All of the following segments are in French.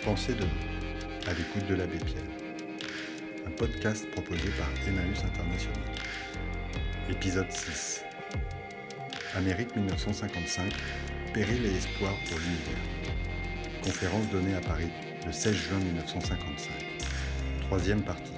Pensée de nous, à l'écoute de l'abbé Pierre. Un podcast proposé par Emmaüs International. Épisode 6. Amérique 1955, péril et espoir pour l'univers. Conférence donnée à Paris le 16 juin 1955. Troisième partie.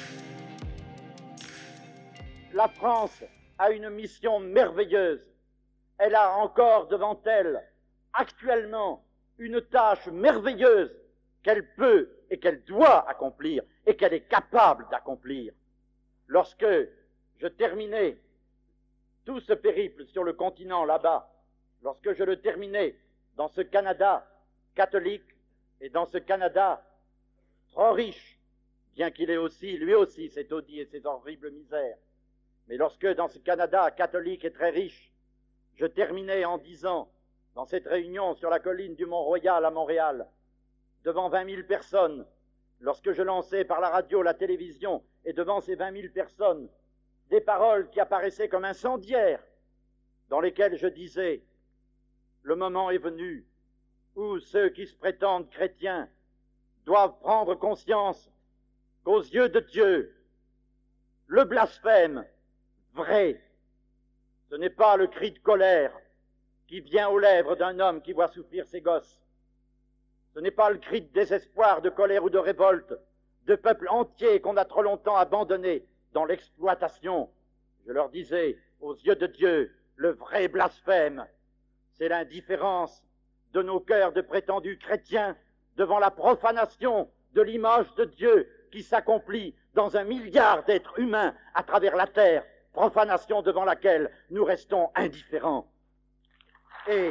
La France a une mission merveilleuse. Elle a encore devant elle, actuellement, une tâche merveilleuse qu'elle peut et qu'elle doit accomplir et qu'elle est capable d'accomplir. Lorsque je terminais tout ce périple sur le continent là-bas, lorsque je le terminais dans ce Canada catholique et dans ce Canada trop riche, bien qu'il ait aussi, lui aussi, ses taudis et ses horribles misères, mais lorsque dans ce Canada catholique et très riche, je terminais en disant, dans cette réunion sur la colline du Mont-Royal à Montréal, devant 20 000 personnes, lorsque je lançais par la radio, la télévision, et devant ces 20 000 personnes, des paroles qui apparaissaient comme incendiaires, dans lesquelles je disais, le moment est venu où ceux qui se prétendent chrétiens doivent prendre conscience qu'aux yeux de Dieu, le blasphème vrai, ce n'est pas le cri de colère qui vient aux lèvres d'un homme qui voit souffrir ses gosses. Ce n'est pas le cri de désespoir, de colère ou de révolte de peuples entiers qu'on a trop longtemps abandonnés dans l'exploitation. Je leur disais, aux yeux de Dieu, le vrai blasphème, c'est l'indifférence de nos cœurs de prétendus chrétiens devant la profanation de l'image de Dieu qui s'accomplit dans 1 milliard d'êtres humains à travers la terre, profanation devant laquelle nous restons indifférents. Et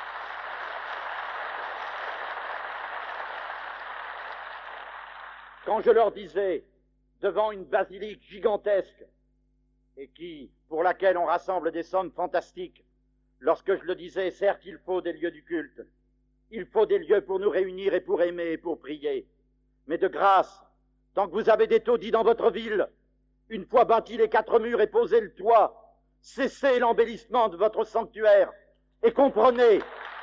quand je leur disais, devant une basilique gigantesque, et pour laquelle on rassemble des sommes fantastiques, lorsque je le disais, certes, il faut des lieux du culte, il faut des lieux pour nous réunir et pour aimer et pour prier, mais de grâce, tant que vous avez des taudis dans votre ville, une fois bâtis les 4 murs et posé le toit, cessez l'embellissement de votre sanctuaire et comprenez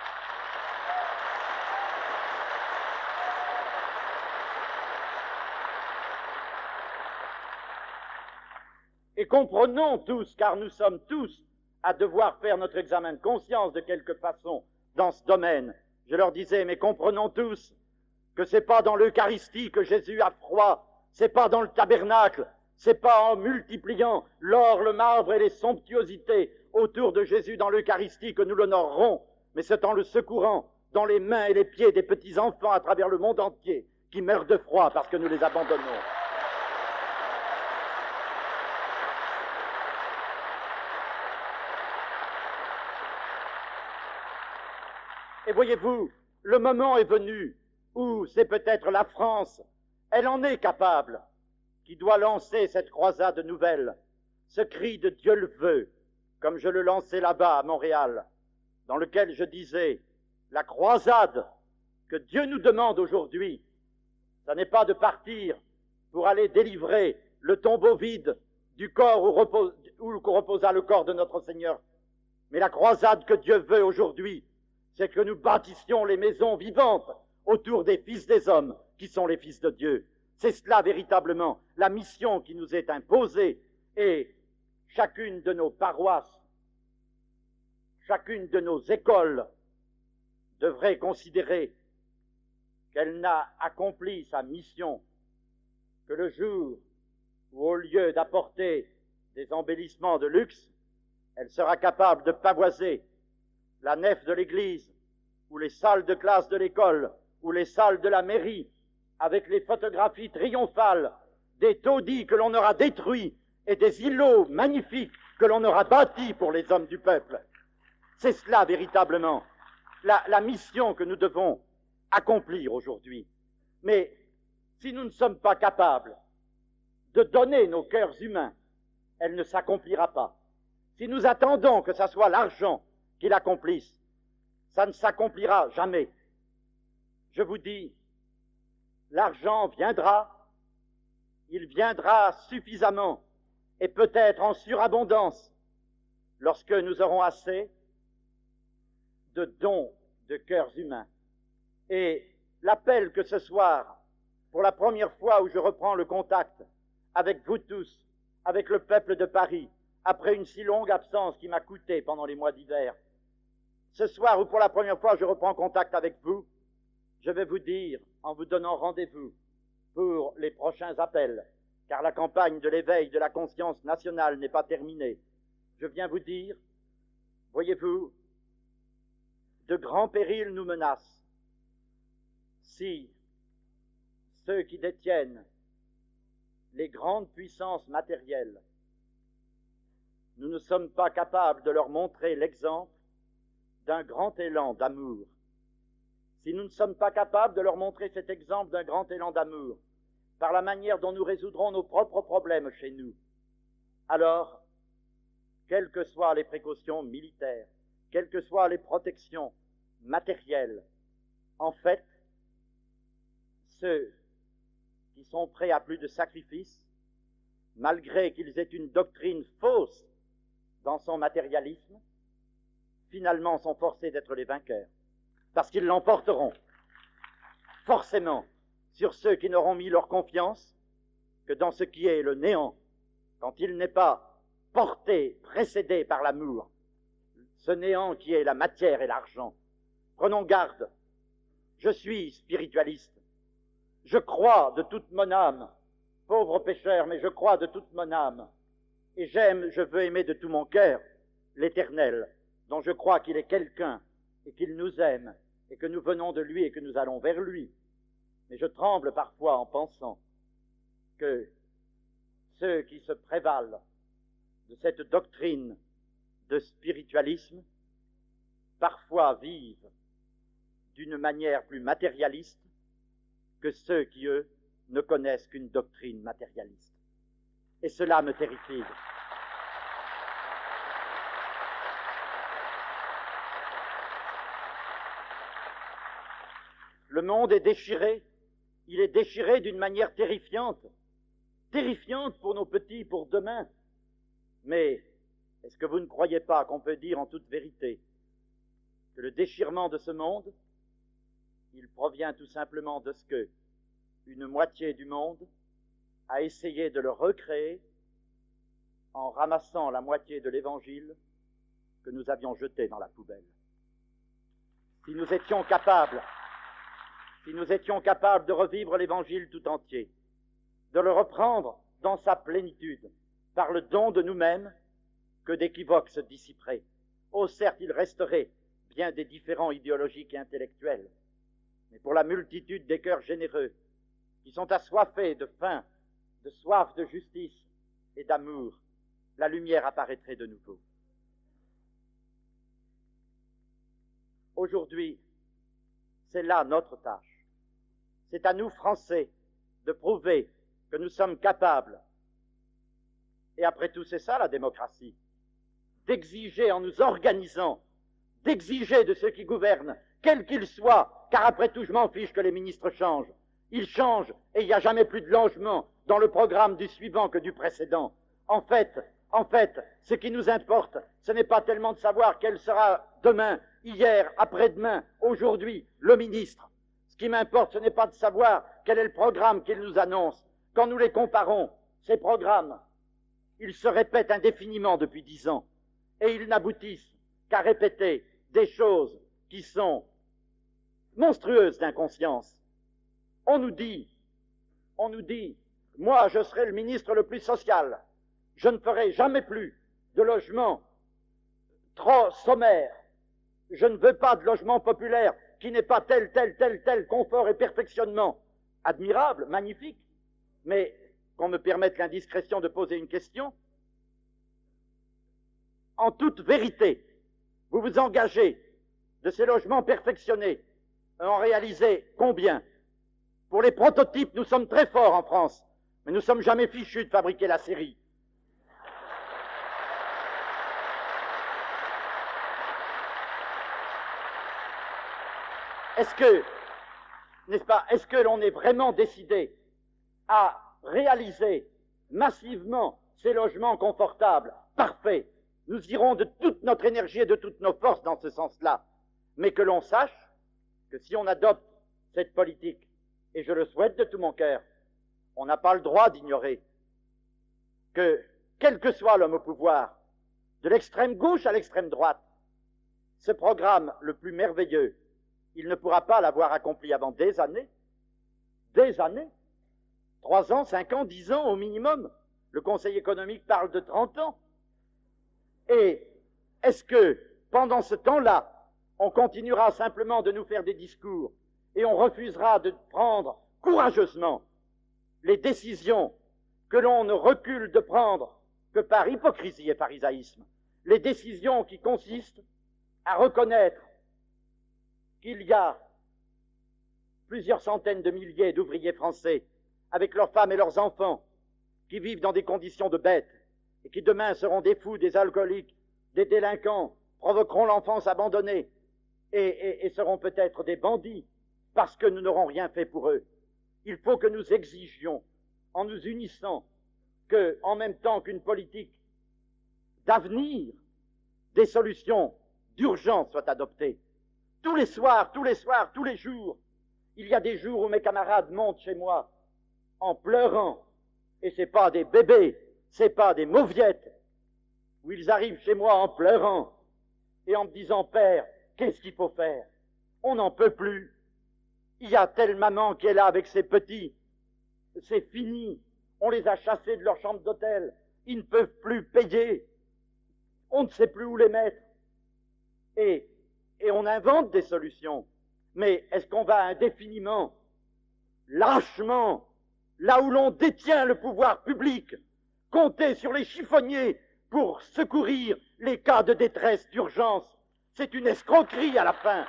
et comprenons tous, car nous sommes tous à devoir faire notre examen de conscience de quelque façon dans ce domaine. Je leur disais, mais comprenons tous que c'est pas dans l'Eucharistie que Jésus a froid, c'est pas dans le tabernacle, c'est pas en multipliant l'or, le marbre et les somptuosités autour de Jésus dans l'Eucharistie que nous l'honorerons, mais c'est en le secourant dans les mains et les pieds des petits enfants à travers le monde entier qui meurent de froid parce que nous les abandonnons. Et voyez-vous, le moment est venu où c'est peut-être la France, elle en est capable, qui doit lancer cette croisade nouvelle, ce cri de Dieu le veut, comme je le lançais là-bas à Montréal, dans lequel je disais, la croisade que Dieu nous demande aujourd'hui, ça n'est pas de partir pour aller délivrer le tombeau vide du corps où reposa le corps de notre Seigneur, mais la croisade que Dieu veut aujourd'hui, c'est que nous bâtissions les maisons vivantes autour des fils des hommes qui sont les fils de Dieu. C'est cela véritablement la mission qui nous est imposée et chacune de nos paroisses, chacune de nos écoles devrait considérer qu'elle n'a accompli sa mission que le jour où, au lieu d'apporter des embellissements de luxe, elle sera capable de pavoiser la nef de l'église, ou les salles de classe de l'école, ou les salles de la mairie, avec les photographies triomphales des taudis que l'on aura détruits et des îlots magnifiques que l'on aura bâtis pour les hommes du peuple. C'est cela véritablement la mission que nous devons accomplir aujourd'hui. Mais si nous ne sommes pas capables de donner nos cœurs humains, elle ne s'accomplira pas. Si nous attendons que ça soit l'argent qui l'accomplisse, ça ne s'accomplira jamais. Je vous dis, l'argent viendra, il viendra suffisamment et peut-être en surabondance lorsque nous aurons assez de dons de cœurs humains. Et l'appel que ce soir, pour la première fois où je reprends le contact avec vous tous, avec le peuple de Paris, après une si longue absence qui m'a coûté pendant les mois d'hiver, ce soir où pour la première fois je reprends contact avec vous, je vais vous dire, en vous donnant rendez-vous pour les prochains appels, car la campagne de l'éveil de la conscience nationale n'est pas terminée, je viens vous dire, voyez-vous, de grands périls nous menacent. Si ceux qui détiennent les grandes puissances matérielles, nous ne sommes pas capables de leur montrer l'exemple d'un grand élan d'amour, si nous ne sommes pas capables de leur montrer cet exemple d'un grand élan d'amour, par la manière dont nous résoudrons nos propres problèmes chez nous, alors, quelles que soient les précautions militaires, quelles que soient les protections matérielles, en fait, ceux qui sont prêts à plus de sacrifices, malgré qu'ils aient une doctrine fausse dans son matérialisme, finalement sont forcés d'être les vainqueurs, parce qu'ils l'emporteront forcément sur ceux qui n'auront mis leur confiance que dans ce qui est le néant, quand il n'est pas porté, précédé par l'amour, ce néant qui est la matière et l'argent. Prenons garde, je suis spiritualiste, je crois de toute mon âme, pauvre pécheur, mais je crois de toute mon âme, et j'aime, je veux aimer de tout mon cœur l'Éternel, dont je crois qu'il est quelqu'un, et qu'il nous aime, et que nous venons de lui, et que nous allons vers lui. Mais je tremble parfois en pensant que ceux qui se prévalent de cette doctrine de spiritualisme, parfois vivent d'une manière plus matérialiste que ceux qui, eux, ne connaissent qu'une doctrine matérialiste. Et cela me terrifie. Le monde est déchiré. Il est déchiré d'une manière terrifiante. Terrifiante pour nos petits, pour demain. Mais est-ce que vous ne croyez pas qu'on peut dire en toute vérité que le déchirement de ce monde, il provient tout simplement de ce que une moitié du monde a essayé de le recréer en ramassant la moitié de l'Évangile que nous avions jeté dans la poubelle. Si nous étions capables de revivre l'Évangile tout entier, de le reprendre dans sa plénitude, par le don de nous-mêmes, que d'équivoques se dissiperaient. Oh, certes, il resterait bien des différends idéologiques et intellectuels, mais pour la multitude des cœurs généreux, qui sont assoiffés de faim, de soif de justice et d'amour, la lumière apparaîtrait de nouveau. Aujourd'hui, c'est là notre tâche. C'est à nous, Français, de prouver que nous sommes capables, et après tout, c'est ça la démocratie, d'exiger en nous organisant, d'exiger de ceux qui gouvernent, quels qu'ils soient, car après tout, je m'en fiche que les ministres changent. Ils changent et il n'y a jamais plus de logement dans le programme du suivant que du précédent. En fait, ce qui nous importe, ce n'est pas tellement de savoir quel sera demain, hier, après-demain, aujourd'hui, le ministre. Ce qui m'importe, ce n'est pas de savoir quel est le programme qu'il nous annonce. Quand nous les comparons, ces programmes, ils se répètent indéfiniment depuis 10 ans et ils n'aboutissent qu'à répéter des choses qui sont monstrueuses d'inconscience. On nous dit, moi je serai le ministre le plus social, je ne ferai jamais plus de logement trop sommaire, je ne veux pas de logement populaire qui n'ait pas tel confort et perfectionnement. Admirable, magnifique, mais qu'on me permette l'indiscrétion de poser une question. En toute vérité, vous vous engagez de ces logements perfectionnés à en réaliser combien? Pour les prototypes, nous sommes très forts en France, mais nous ne sommes jamais fichus de fabriquer la série. Est-ce que l'on est vraiment décidé à réaliser massivement ces logements confortables, parfaits? Nous irons de toute notre énergie et de toutes nos forces dans ce sens-là, mais que l'on sache que si on adopte cette politique, et je le souhaite de tout mon cœur, on n'a pas le droit d'ignorer que, quel que soit l'homme au pouvoir, de l'extrême gauche à l'extrême droite, ce programme le plus merveilleux, il ne pourra pas l'avoir accompli avant des années, 3 ans, 5 ans, 10 ans au minimum. Le Conseil économique parle de 30 ans. Et est-ce que, pendant ce temps-là, on continuera simplement de nous faire des discours et on refusera de prendre courageusement les décisions que l'on ne recule de prendre que par hypocrisie et pharisaïsme, les décisions qui consistent à reconnaître qu'il y a plusieurs centaines de milliers d'ouvriers français avec leurs femmes et leurs enfants qui vivent dans des conditions de bêtes et qui demain seront des fous, des alcooliques, des délinquants, provoqueront l'enfance abandonnée et seront peut-être des bandits parce que nous n'aurons rien fait pour eux. Il faut que nous exigions, en nous unissant, que, en même temps qu'une politique d'avenir, des solutions d'urgence soient adoptées. Tous les soirs, tous les jours, il y a des jours où mes camarades montent chez moi en pleurant, et c'est pas des bébés, c'est pas des mauviettes, où ils arrivent chez moi en pleurant et en me disant « Père, qu'est-ce qu'il faut faire? On n'en peut plus. Il y a telle maman qui est là avec ses petits. C'est fini. On les a chassés de leur chambre d'hôtel. Ils ne peuvent plus payer. On ne sait plus où les mettre. Et on invente des solutions. Mais est-ce qu'on va indéfiniment, lâchement, là où l'on détient le pouvoir public, compter sur les chiffonniers pour secourir les cas de détresse d'urgence? C'est une escroquerie à la fin.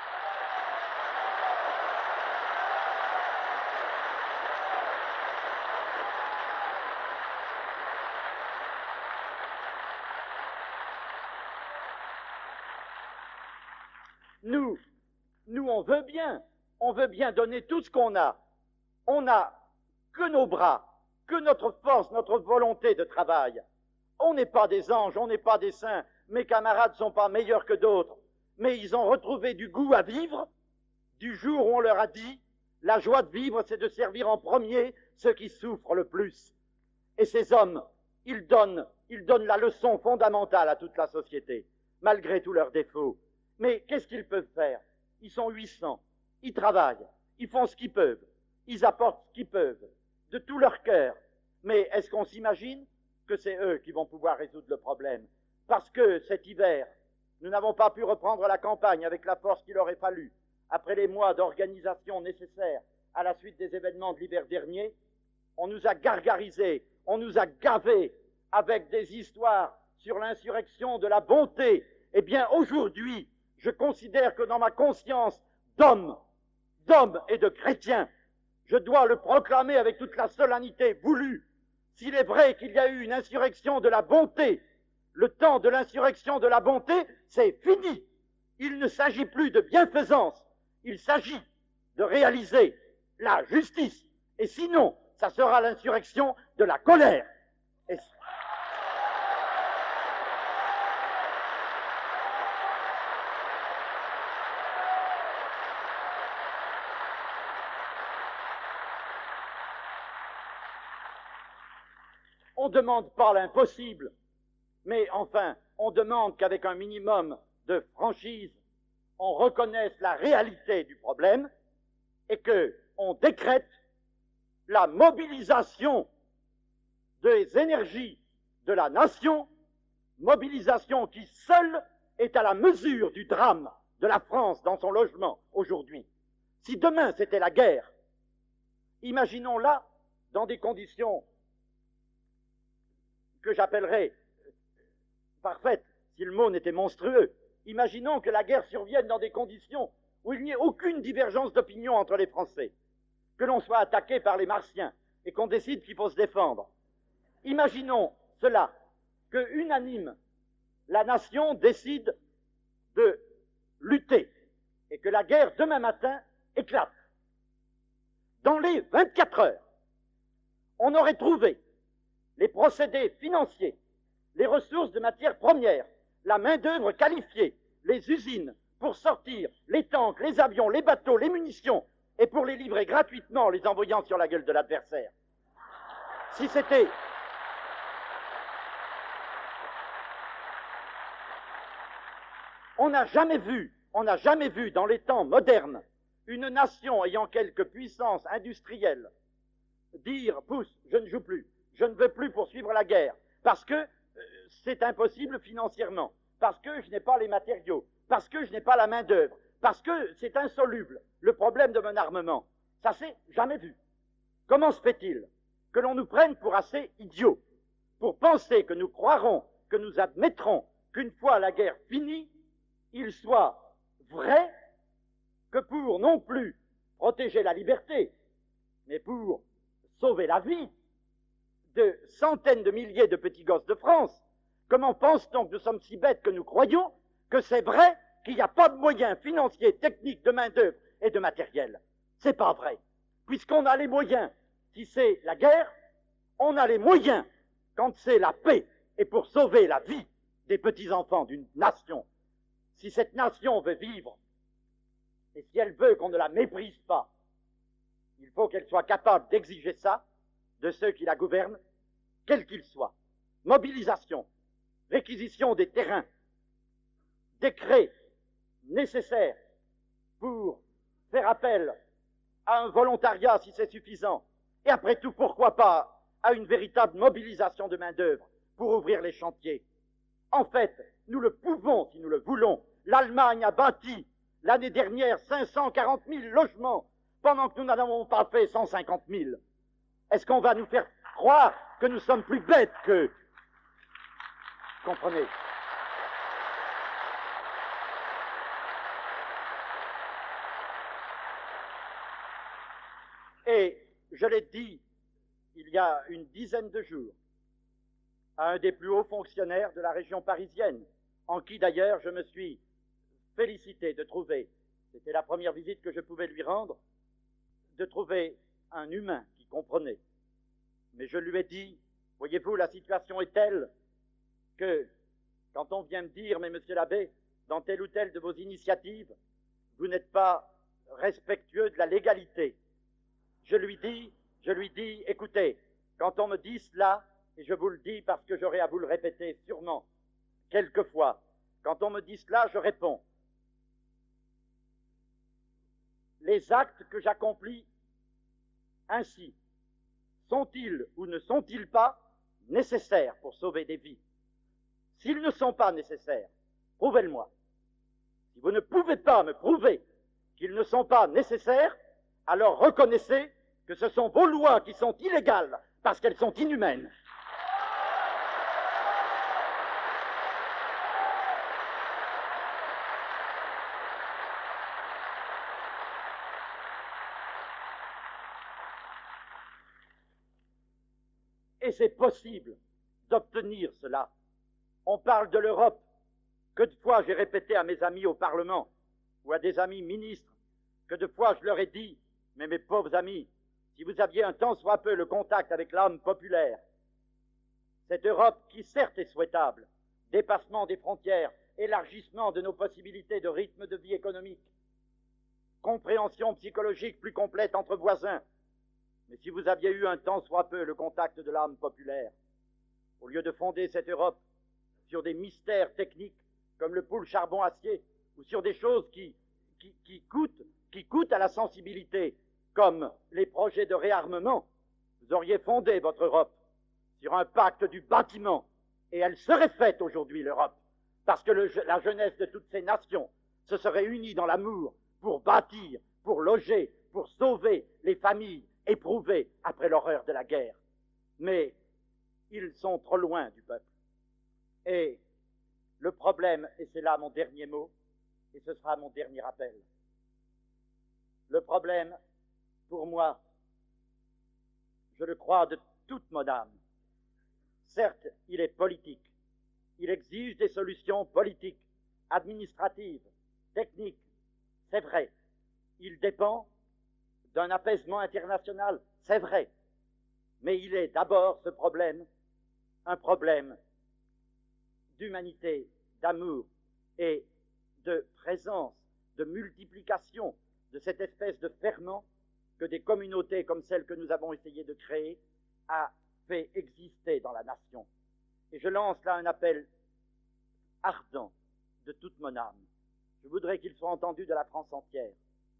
Nous, on veut bien donner tout ce qu'on a. On n'a que nos bras, que notre force, notre volonté de travail. On n'est pas des anges, on n'est pas des saints. Mes camarades ne sont pas meilleurs que d'autres, mais ils ont retrouvé du goût à vivre du jour où on leur a dit « La joie de vivre, c'est de servir en premier ceux qui souffrent le plus. » Et ces hommes, ils donnent la leçon fondamentale à toute la société, malgré tous leurs défauts. Mais qu'est-ce qu'ils peuvent faire? Ils sont 800, ils travaillent, ils font ce qu'ils peuvent, ils apportent ce qu'ils peuvent, de tout leur cœur. Mais est-ce qu'on s'imagine que c'est eux qui vont pouvoir résoudre le problème? Parce que cet hiver, nous n'avons pas pu reprendre la campagne avec la force qu'il aurait fallu, après les mois d'organisation nécessaires à la suite des événements de l'hiver dernier. On nous a gargarisés, on nous a gavés avec des histoires sur l'insurrection de la bonté. Eh bien, aujourd'hui, je considère que dans ma conscience d'homme et de chrétien, je dois le proclamer avec toute la solennité voulue. S'il est vrai qu'il y a eu une insurrection de la bonté, le temps de l'insurrection de la bonté, c'est fini. Il ne s'agit plus de bienfaisance, il s'agit de réaliser la justice. Et sinon, ça sera l'insurrection de la colère. On ne demande pas l'impossible, mais enfin, on demande qu'avec un minimum de franchise, on reconnaisse la réalité du problème et qu'on décrète la mobilisation des énergies de la nation, mobilisation qui seule est à la mesure du drame de la France dans son logement aujourd'hui. Si demain c'était la guerre, imaginons-la dans des conditions que j'appellerais parfaites, si le mot n'était monstrueux. Imaginons que la guerre survienne dans des conditions où il n'y ait aucune divergence d'opinion entre les Français, que l'on soit attaqué par les Martiens et qu'on décide qu'il faut se défendre. Imaginons cela, que unanime, la nation décide de lutter et que la guerre demain matin éclate. Dans les 24 heures, on aurait trouvé les procédés financiers, les ressources de matières premières, la main-d'œuvre qualifiée, les usines pour sortir les tanks, les avions, les bateaux, les munitions, et pour les livrer gratuitement en les envoyant sur la gueule de l'adversaire. Si c'était... On n'a jamais vu dans les temps modernes une nation ayant quelque puissance industrielle dire « pousse, je ne joue plus, je ne veux plus poursuivre la guerre, parce que c'est impossible financièrement, parce que je n'ai pas les matériaux, parce que je n'ai pas la main-d'œuvre, parce que c'est insoluble, le problème de mon armement. » Ça s'est jamais vu. Comment se fait-il que l'on nous prenne pour assez idiots pour penser que nous croirons, que nous admettrons qu'une fois la guerre finie, il soit vrai que pour non plus protéger la liberté, mais pour sauver la vie de centaines de milliers de petits gosses de France, comment pense-t-on que nous sommes si bêtes que nous croyons que c'est vrai qu'il n'y a pas de moyens financiers, techniques, de main-d'œuvre et de matériel? C'est pas vrai. Puisqu'on a les moyens, si c'est la guerre, on a les moyens quand c'est la paix et pour sauver la vie des petits-enfants d'une nation. Si cette nation veut vivre, et si elle veut qu'on ne la méprise pas, il faut qu'elle soit capable d'exiger ça de ceux qui la gouvernent, quels qu'ils soient. Mobilisation, réquisition des terrains, décret nécessaire pour faire appel à un volontariat si c'est suffisant, et après tout, pourquoi pas à une véritable mobilisation de main-d'œuvre pour ouvrir les chantiers. En fait, nous le pouvons si nous le voulons. L'Allemagne a bâti l'année dernière 540 000 logements, pendant que nous n'en avons pas fait 150 000. Est-ce qu'on va nous faire croire que nous sommes plus bêtes qu'eux? Comprenez? Et je l'ai dit il y a une dizaine de jours à un des plus hauts fonctionnaires de la région parisienne, en qui d'ailleurs je me suis félicité de trouver, c'était la première visite que je pouvais lui rendre, de trouver un humain qui comprenait. Mais je lui ai dit, voyez-vous, la situation est telle que quand on vient me dire, mais monsieur l'abbé, dans telle ou telle de vos initiatives, vous n'êtes pas respectueux de la légalité. Je lui dis, écoutez, quand on me dit cela, et je vous le dis parce que j'aurai à vous le répéter sûrement quelquefois, quand on me dit cela, je réponds, les actes que j'accomplis ainsi, sont-ils ou ne sont-ils pas nécessaires pour sauver des vies? S'ils ne sont pas nécessaires, prouvez-le-moi. Si vous ne pouvez pas me prouver qu'ils ne sont pas nécessaires, alors reconnaissez que ce sont vos lois qui sont illégales parce qu'elles sont inhumaines. Et c'est possible d'obtenir cela. On parle de l'Europe. Que de fois j'ai répété à mes amis au Parlement, ou à des amis ministres, que de fois je leur ai dit, mais mes pauvres amis, si vous aviez un tant soit peu le contact avec l'âme populaire, cette Europe qui certes est souhaitable, dépassement des frontières, élargissement de nos possibilités de rythme de vie économique, compréhension psychologique plus complète entre voisins, mais si vous aviez eu un tant soit peu le contact de l'âme populaire, au lieu de fonder cette Europe sur des mystères techniques comme le pool charbon-acier, ou sur des choses qui coûtent à la sensibilité, comme les projets de réarmement, vous auriez fondé votre Europe sur un pacte du bâtiment, et elle serait faite aujourd'hui, l'Europe, parce que la jeunesse de toutes ces nations se serait unie dans l'amour pour bâtir, pour loger, pour sauver les familles éprouvées après l'horreur de la guerre. Mais ils sont trop loin du peuple. Et le problème, et c'est là mon dernier mot, et ce sera mon dernier appel, le problème, pour moi, je le crois de toute mon âme, certes, il est politique, il exige des solutions politiques, administratives, techniques, c'est vrai, il dépend d'un apaisement international, c'est vrai, mais il est d'abord ce problème, un problème d'humanité, d'amour et de présence, de multiplication de cette espèce de ferment que des communautés comme celles que nous avons essayé de créer a fait exister dans la nation. Et je lance là un appel ardent de toute mon âme. Je voudrais qu'il soit entendu de la France entière.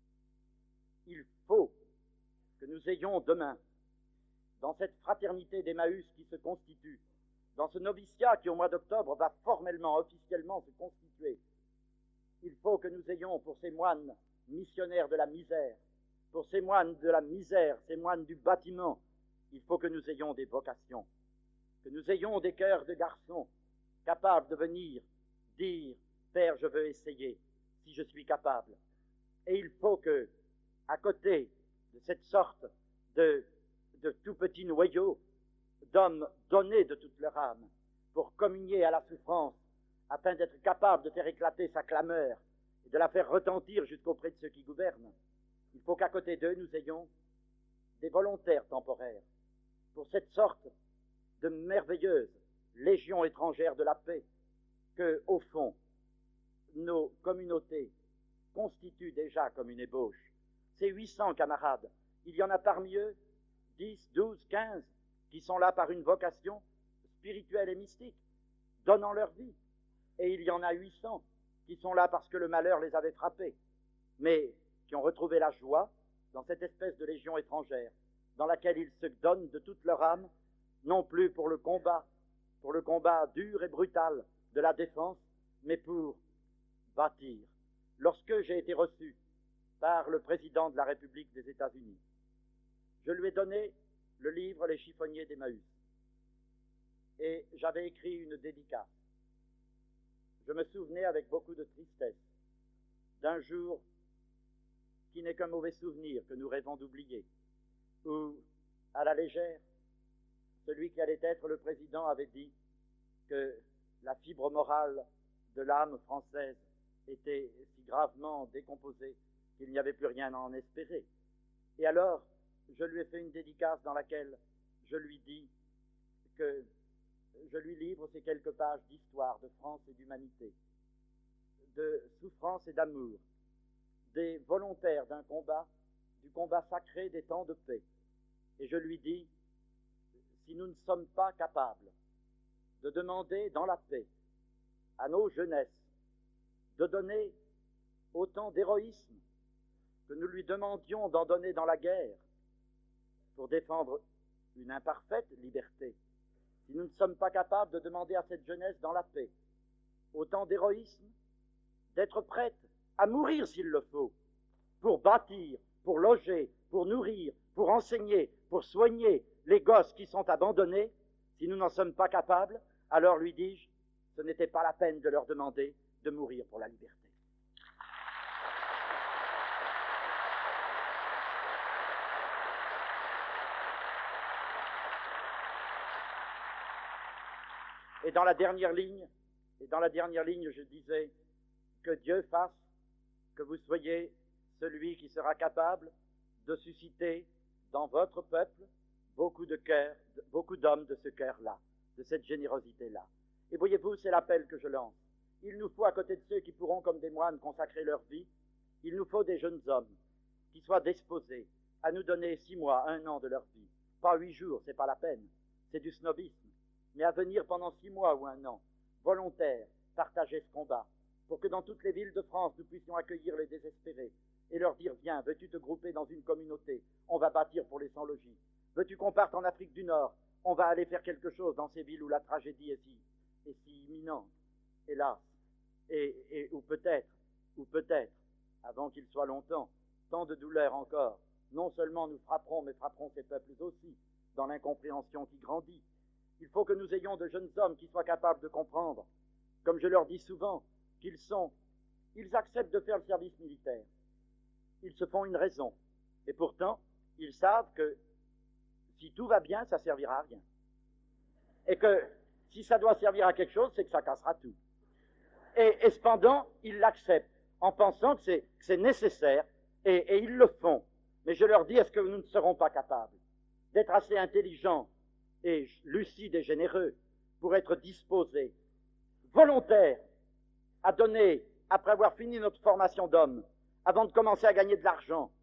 Il faut que nous ayons demain, dans cette fraternité d'Emmaüs qui se constitue, dans ce noviciat qui au mois d'octobre va formellement, officiellement se constituer, il faut que nous ayons pour ces moines missionnaires de la misère, pour ces moines de la misère, ces moines du bâtiment, il faut que nous ayons des vocations, que nous ayons des cœurs de garçons capables de venir dire « Père, je veux essayer, si je suis capable ». Et il faut que, à côté de cette sorte de tout petit noyau d'hommes donnés de toute leur âme pour communier à la souffrance, afin d'être capable de faire éclater sa clameur et de la faire retentir jusqu'auprès de ceux qui gouvernent, il faut qu'à côté d'eux, nous ayons des volontaires temporaires pour cette sorte de merveilleuse légion étrangère de la paix que, au fond, nos communautés constituent déjà comme une ébauche. Ces 800 camarades, il y en a parmi eux 10, 12, 15 qui sont là par une vocation spirituelle et mystique, donnant leur vie. Et il y en a 800 qui sont là parce que le malheur les avait frappés, mais qui ont retrouvé la joie dans cette espèce de légion étrangère, dans laquelle ils se donnent de toute leur âme, non plus pour le combat dur et brutal de la défense, mais pour bâtir. Lorsque j'ai été reçu par le président de la République des États-Unis, je lui ai donné le livre « Les chiffonniers d'Emmaüs » et j'avais écrit une dédicace. Je me souvenais avec beaucoup de tristesse d'un jour qui n'est qu'un mauvais souvenir que nous rêvons d'oublier, où, à la légère, celui qui allait être le président avait dit que la fibre morale de l'âme française était si gravement décomposée qu'il n'y avait plus rien à en espérer. Et alors, je lui ai fait une dédicace dans laquelle je lui dis que je lui livre ces quelques pages d'histoire de France et d'humanité, de souffrance et d'amour, des volontaires d'un combat, du combat sacré des temps de paix. Et je lui dis, si nous ne sommes pas capables de demander dans la paix à nos jeunesses de donner autant d'héroïsme que nous lui demandions d'en donner dans la guerre pour défendre une imparfaite liberté, si nous ne sommes pas capables de demander à cette jeunesse dans la paix autant d'héroïsme, d'être prête à mourir s'il le faut, pour bâtir, pour loger, pour nourrir, pour enseigner, pour soigner les gosses qui sont abandonnés, si nous n'en sommes pas capables, alors lui dis-je, ce n'était pas la peine de leur demander de mourir pour la liberté. Et dans la dernière ligne, je disais que Dieu fasse que vous soyez celui qui sera capable de susciter dans votre peuple beaucoup de cœurs, beaucoup d'hommes de ce cœur-là, de cette générosité-là. Et voyez-vous, c'est l'appel que je lance. Il nous faut, à côté de ceux qui pourront, comme des moines, consacrer leur vie, il nous faut des jeunes hommes qui soient disposés à nous donner 6 mois, 1 an de leur vie. Pas 8 jours, c'est pas la peine, c'est du snobisme. Mais à venir pendant 6 mois ou 1 an, volontaires, partager ce combat, pour que dans toutes les villes de France, nous puissions accueillir les désespérés et leur dire, viens, veux-tu te grouper dans une communauté? On va bâtir pour les sans-logis. Veux-tu qu'on parte en Afrique du Nord? On va aller faire quelque chose dans ces villes où la tragédie est si imminente, hélas. Ou peut-être, avant qu'il soit longtemps, tant de douleurs encore, non seulement nous frapperons, mais frapperont ces peuples aussi, dans l'incompréhension qui grandit. Il faut que nous ayons de jeunes hommes qui soient capables de comprendre, comme je leur dis souvent, ils acceptent de faire le service militaire. Ils se font une raison. Et pourtant, ils savent que si tout va bien, ça servira à rien. Et que si ça doit servir à quelque chose, c'est que ça cassera tout. Et cependant, ils l'acceptent en pensant que c'est nécessaire et ils le font. Mais je leur dis, est-ce que nous ne serons pas capables d'être assez intelligents et lucides et généreux pour être disposés, volontaires, à donner, après avoir fini notre formation d'hommes, avant de commencer à gagner de l'argent, est-ce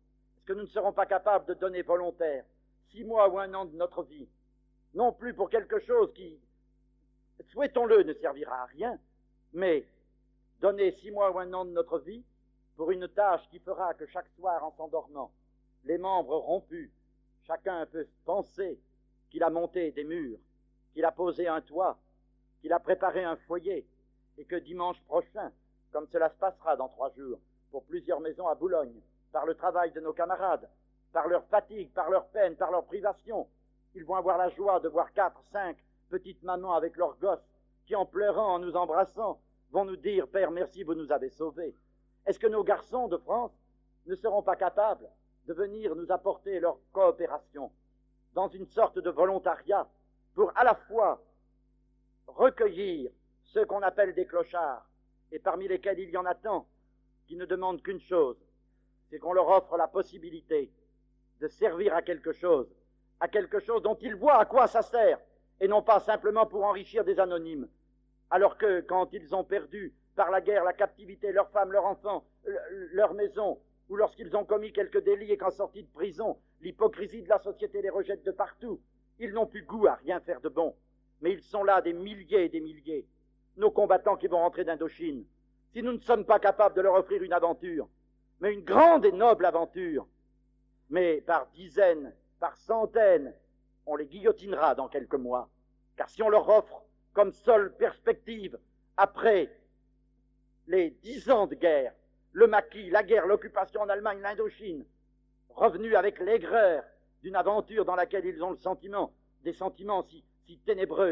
que nous ne serons pas capables de donner volontaire 6 mois ou 1 an de notre vie, non plus pour quelque chose qui, souhaitons-le, ne servira à rien, mais donner 6 mois ou 1 an de notre vie pour une tâche qui fera que chaque soir, en s'endormant, les membres rompus, chacun peut penser qu'il a monté des murs, qu'il a posé un toit, qu'il a préparé un foyer, et que dimanche prochain, comme cela se passera dans 3 jours, pour plusieurs maisons à Boulogne, par le travail de nos camarades, par leur fatigue, par leur peine, par leur privation, ils vont avoir la joie de voir 4, 5 petites mamans avec leurs gosses, qui en pleurant, en nous embrassant, vont nous dire « Père, merci, vous nous avez sauvés ». Est-ce que nos garçons de France ne seront pas capables de venir nous apporter leur coopération dans une sorte de volontariat pour à la fois recueillir ceux qu'on appelle des clochards, et parmi lesquels il y en a tant qui ne demandent qu'une chose, c'est qu'on leur offre la possibilité de servir à quelque chose dont ils voient à quoi ça sert, et non pas simplement pour enrichir des anonymes, alors que quand ils ont perdu par la guerre, la captivité, leurs femmes, leurs enfants, leur maison, ou lorsqu'ils ont commis quelques délits et qu'en sortie de prison, l'hypocrisie de la société les rejette de partout, ils n'ont plus goût à rien faire de bon, mais ils sont là des milliers et des milliers, nos combattants qui vont rentrer d'Indochine. Si nous ne sommes pas capables de leur offrir une aventure, mais une grande et noble aventure, mais par dizaines, par centaines, on les guillotinera dans quelques mois, car si on leur offre comme seule perspective, après les 10 ans de guerre, le maquis, la guerre, l'occupation en Allemagne, l'Indochine, revenus avec l'aigreur d'une aventure dans laquelle ils ont le sentiment, des sentiments si ténébreux,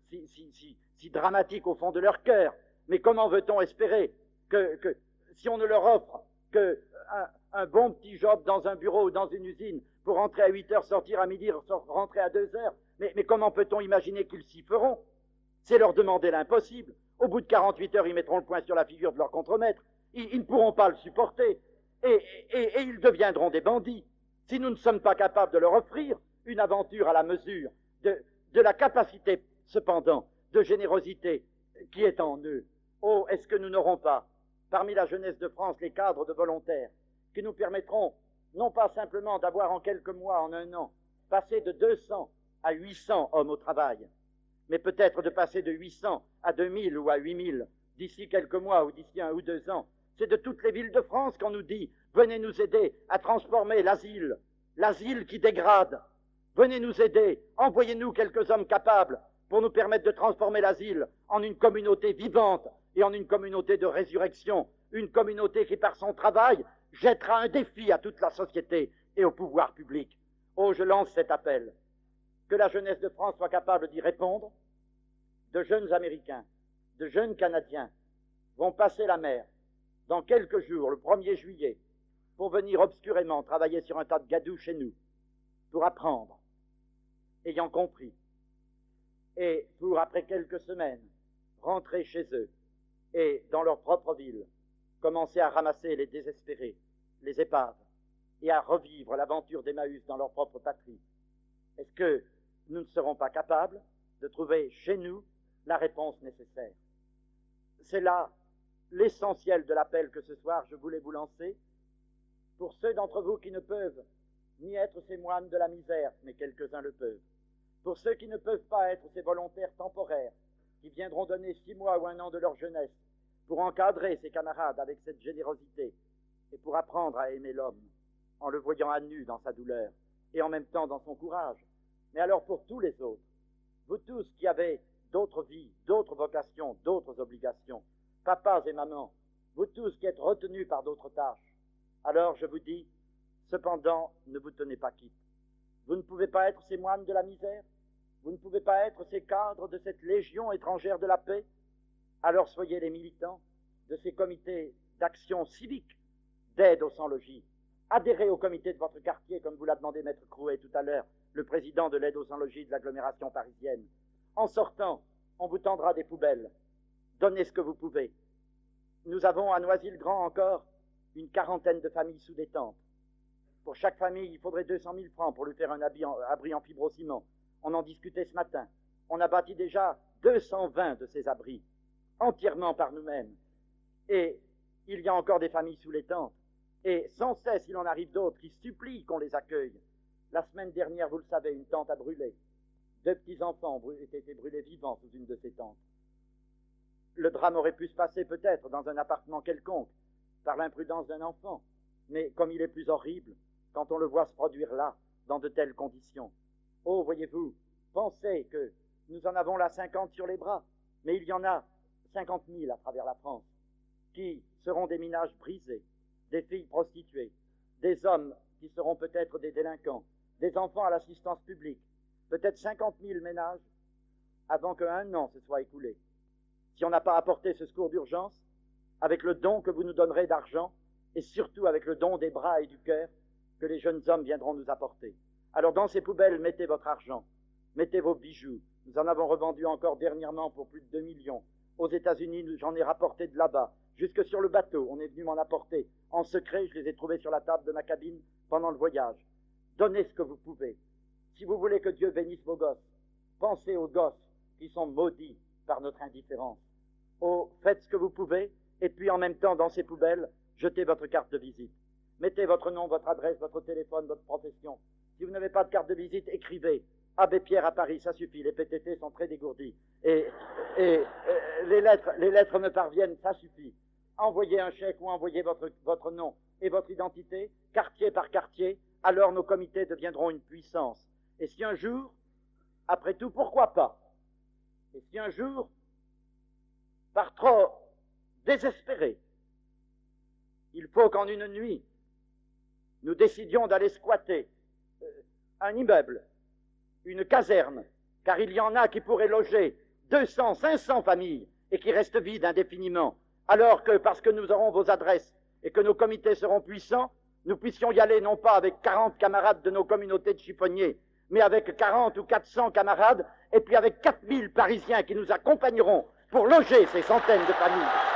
si dramatiques au fond de leur cœur. Mais comment veut-on espérer que si on ne leur offre qu'un bon petit job dans un bureau ou dans une usine pour rentrer à 8 heures, sortir à midi, rentrer à 2 heures, mais comment peut-on imaginer qu'ils s'y feront? C'est leur demander l'impossible. Au bout de 48 heures, ils mettront le poing sur la figure de leur contremaître. Ils ne pourront pas le supporter. Et ils deviendront des bandits. Si nous ne sommes pas capables de leur offrir une aventure à la mesure de la capacité, cependant, de générosité qui est en eux. Oh, est-ce que nous n'aurons pas, parmi la jeunesse de France, les cadres de volontaires qui nous permettront, non pas simplement d'avoir en quelques mois, en 1 an, passé de 200 à 800 hommes au travail, mais peut-être de passer de 800 à 2000 ou à 8000 d'ici quelques mois ou d'ici 1 ou 2 ans. C'est de toutes les villes de France qu'on nous dit « Venez nous aider à transformer l'asile qui dégrade. Venez nous aider, envoyez-nous quelques hommes capables pour nous permettre de transformer l'asile en une communauté vivante et en une communauté de résurrection, une communauté qui, par son travail, jettera un défi à toute la société et au pouvoir public. » Oh, je lance cet appel. Que la jeunesse de France soit capable d'y répondre. De jeunes Américains, de jeunes Canadiens vont passer la mer dans quelques jours, le 1er juillet, pour venir obscurément travailler sur un tas de gadou chez nous, pour apprendre, ayant compris, et pour, après quelques semaines, rentrer chez eux et, dans leur propre ville, commencer à ramasser les désespérés, les épaves, et à revivre l'aventure d'Emmaüs dans leur propre patrie. Est-ce que nous ne serons pas capables de trouver chez nous la réponse nécessaire? C'est là l'essentiel de l'appel que ce soir je voulais vous lancer, pour ceux d'entre vous qui ne peuvent ni être ces moines de la misère, mais quelques-uns le peuvent, pour ceux qui ne peuvent pas être ces volontaires temporaires, qui viendront donner 6 mois ou 1 an de leur jeunesse, pour encadrer ses camarades avec cette générosité, et pour apprendre à aimer l'homme, en le voyant à nu dans sa douleur, et en même temps dans son courage. Mais alors pour tous les autres, vous tous qui avez d'autres vies, d'autres vocations, d'autres obligations, papas et mamans, vous tous qui êtes retenus par d'autres tâches, alors je vous dis, cependant, ne vous tenez pas quitte. Vous ne pouvez pas être ces moines de la misère, vous ne pouvez pas être ces cadres de cette légion étrangère de la paix, alors soyez les militants de ces comités d'action civique, d'aide aux sans-logis. Adhérez au comité de votre quartier, comme vous l'a demandé Maître Crouet tout à l'heure, le président de l'aide aux sans-logis de l'agglomération parisienne. En sortant, on vous tendra des poubelles. Donnez ce que vous pouvez. Nous avons à Noisy-le-Grand encore une 40aine de familles sous des tentes. Pour chaque famille, il faudrait 200 000 francs pour lui faire un abri en fibrociment. On en discutait ce matin. On a bâti déjà 220 de ces abris, entièrement par nous-mêmes. Et il y a encore des familles sous les tentes et sans cesse il en arrive d'autres qui supplient qu'on les accueille. La semaine dernière, vous le savez, une tente a brûlé. 2 petits-enfants ont été brûlés vivants sous une de ces tentes. Le drame aurait pu se passer peut-être dans un appartement quelconque, par l'imprudence d'un enfant, mais comme il est plus horrible quand on le voit se produire là, dans de telles conditions. Oh, voyez-vous, pensez que nous en avons là 50 sur les bras, mais il y en a 50 000 à travers la France, qui seront des ménages brisés, des filles prostituées, des hommes qui seront peut-être des délinquants, des enfants à l'assistance publique, peut-être 50 000 ménages avant qu'un an se soit écoulé. Si on n'a pas apporté ce secours d'urgence, avec le don que vous nous donnerez d'argent, et surtout avec le don des bras et du cœur que les jeunes hommes viendront nous apporter. Alors dans ces poubelles, mettez votre argent, mettez vos bijoux. Nous en avons revendu encore dernièrement pour plus de 2 millions. Aux États-Unis, j'en ai rapporté de là-bas. Jusque sur le bateau, on est venu m'en apporter. En secret, je les ai trouvés sur la table de ma cabine pendant le voyage. Donnez ce que vous pouvez. Si vous voulez que Dieu bénisse vos gosses, pensez aux gosses qui sont maudits par notre indifférence. Oh, faites ce que vous pouvez, et puis en même temps, dans ces poubelles, jetez votre carte de visite. Mettez votre nom, votre adresse, votre téléphone, votre profession. Si vous n'avez pas de carte de visite, écrivez. Abbé Pierre à Paris, ça suffit, les PTT sont très dégourdis. Et les lettres me parviennent, ça suffit. Envoyez un chèque ou envoyez votre nom et votre identité, quartier par quartier, alors nos comités deviendront une puissance. Et si un jour, après tout, pourquoi pas? Et si un jour, par trop désespéré, il faut qu'en une nuit, nous décidions d'aller squatter un immeuble, une caserne, car il y en a qui pourraient loger 200, 500 familles et qui restent vides indéfiniment, alors que parce que nous aurons vos adresses et que nos comités seront puissants, nous puissions y aller non pas avec 40 camarades de nos communautés de chiffonniers, mais avec 40 ou 400 camarades, et puis avec 4000 Parisiens qui nous accompagneront pour loger ces centaines de familles.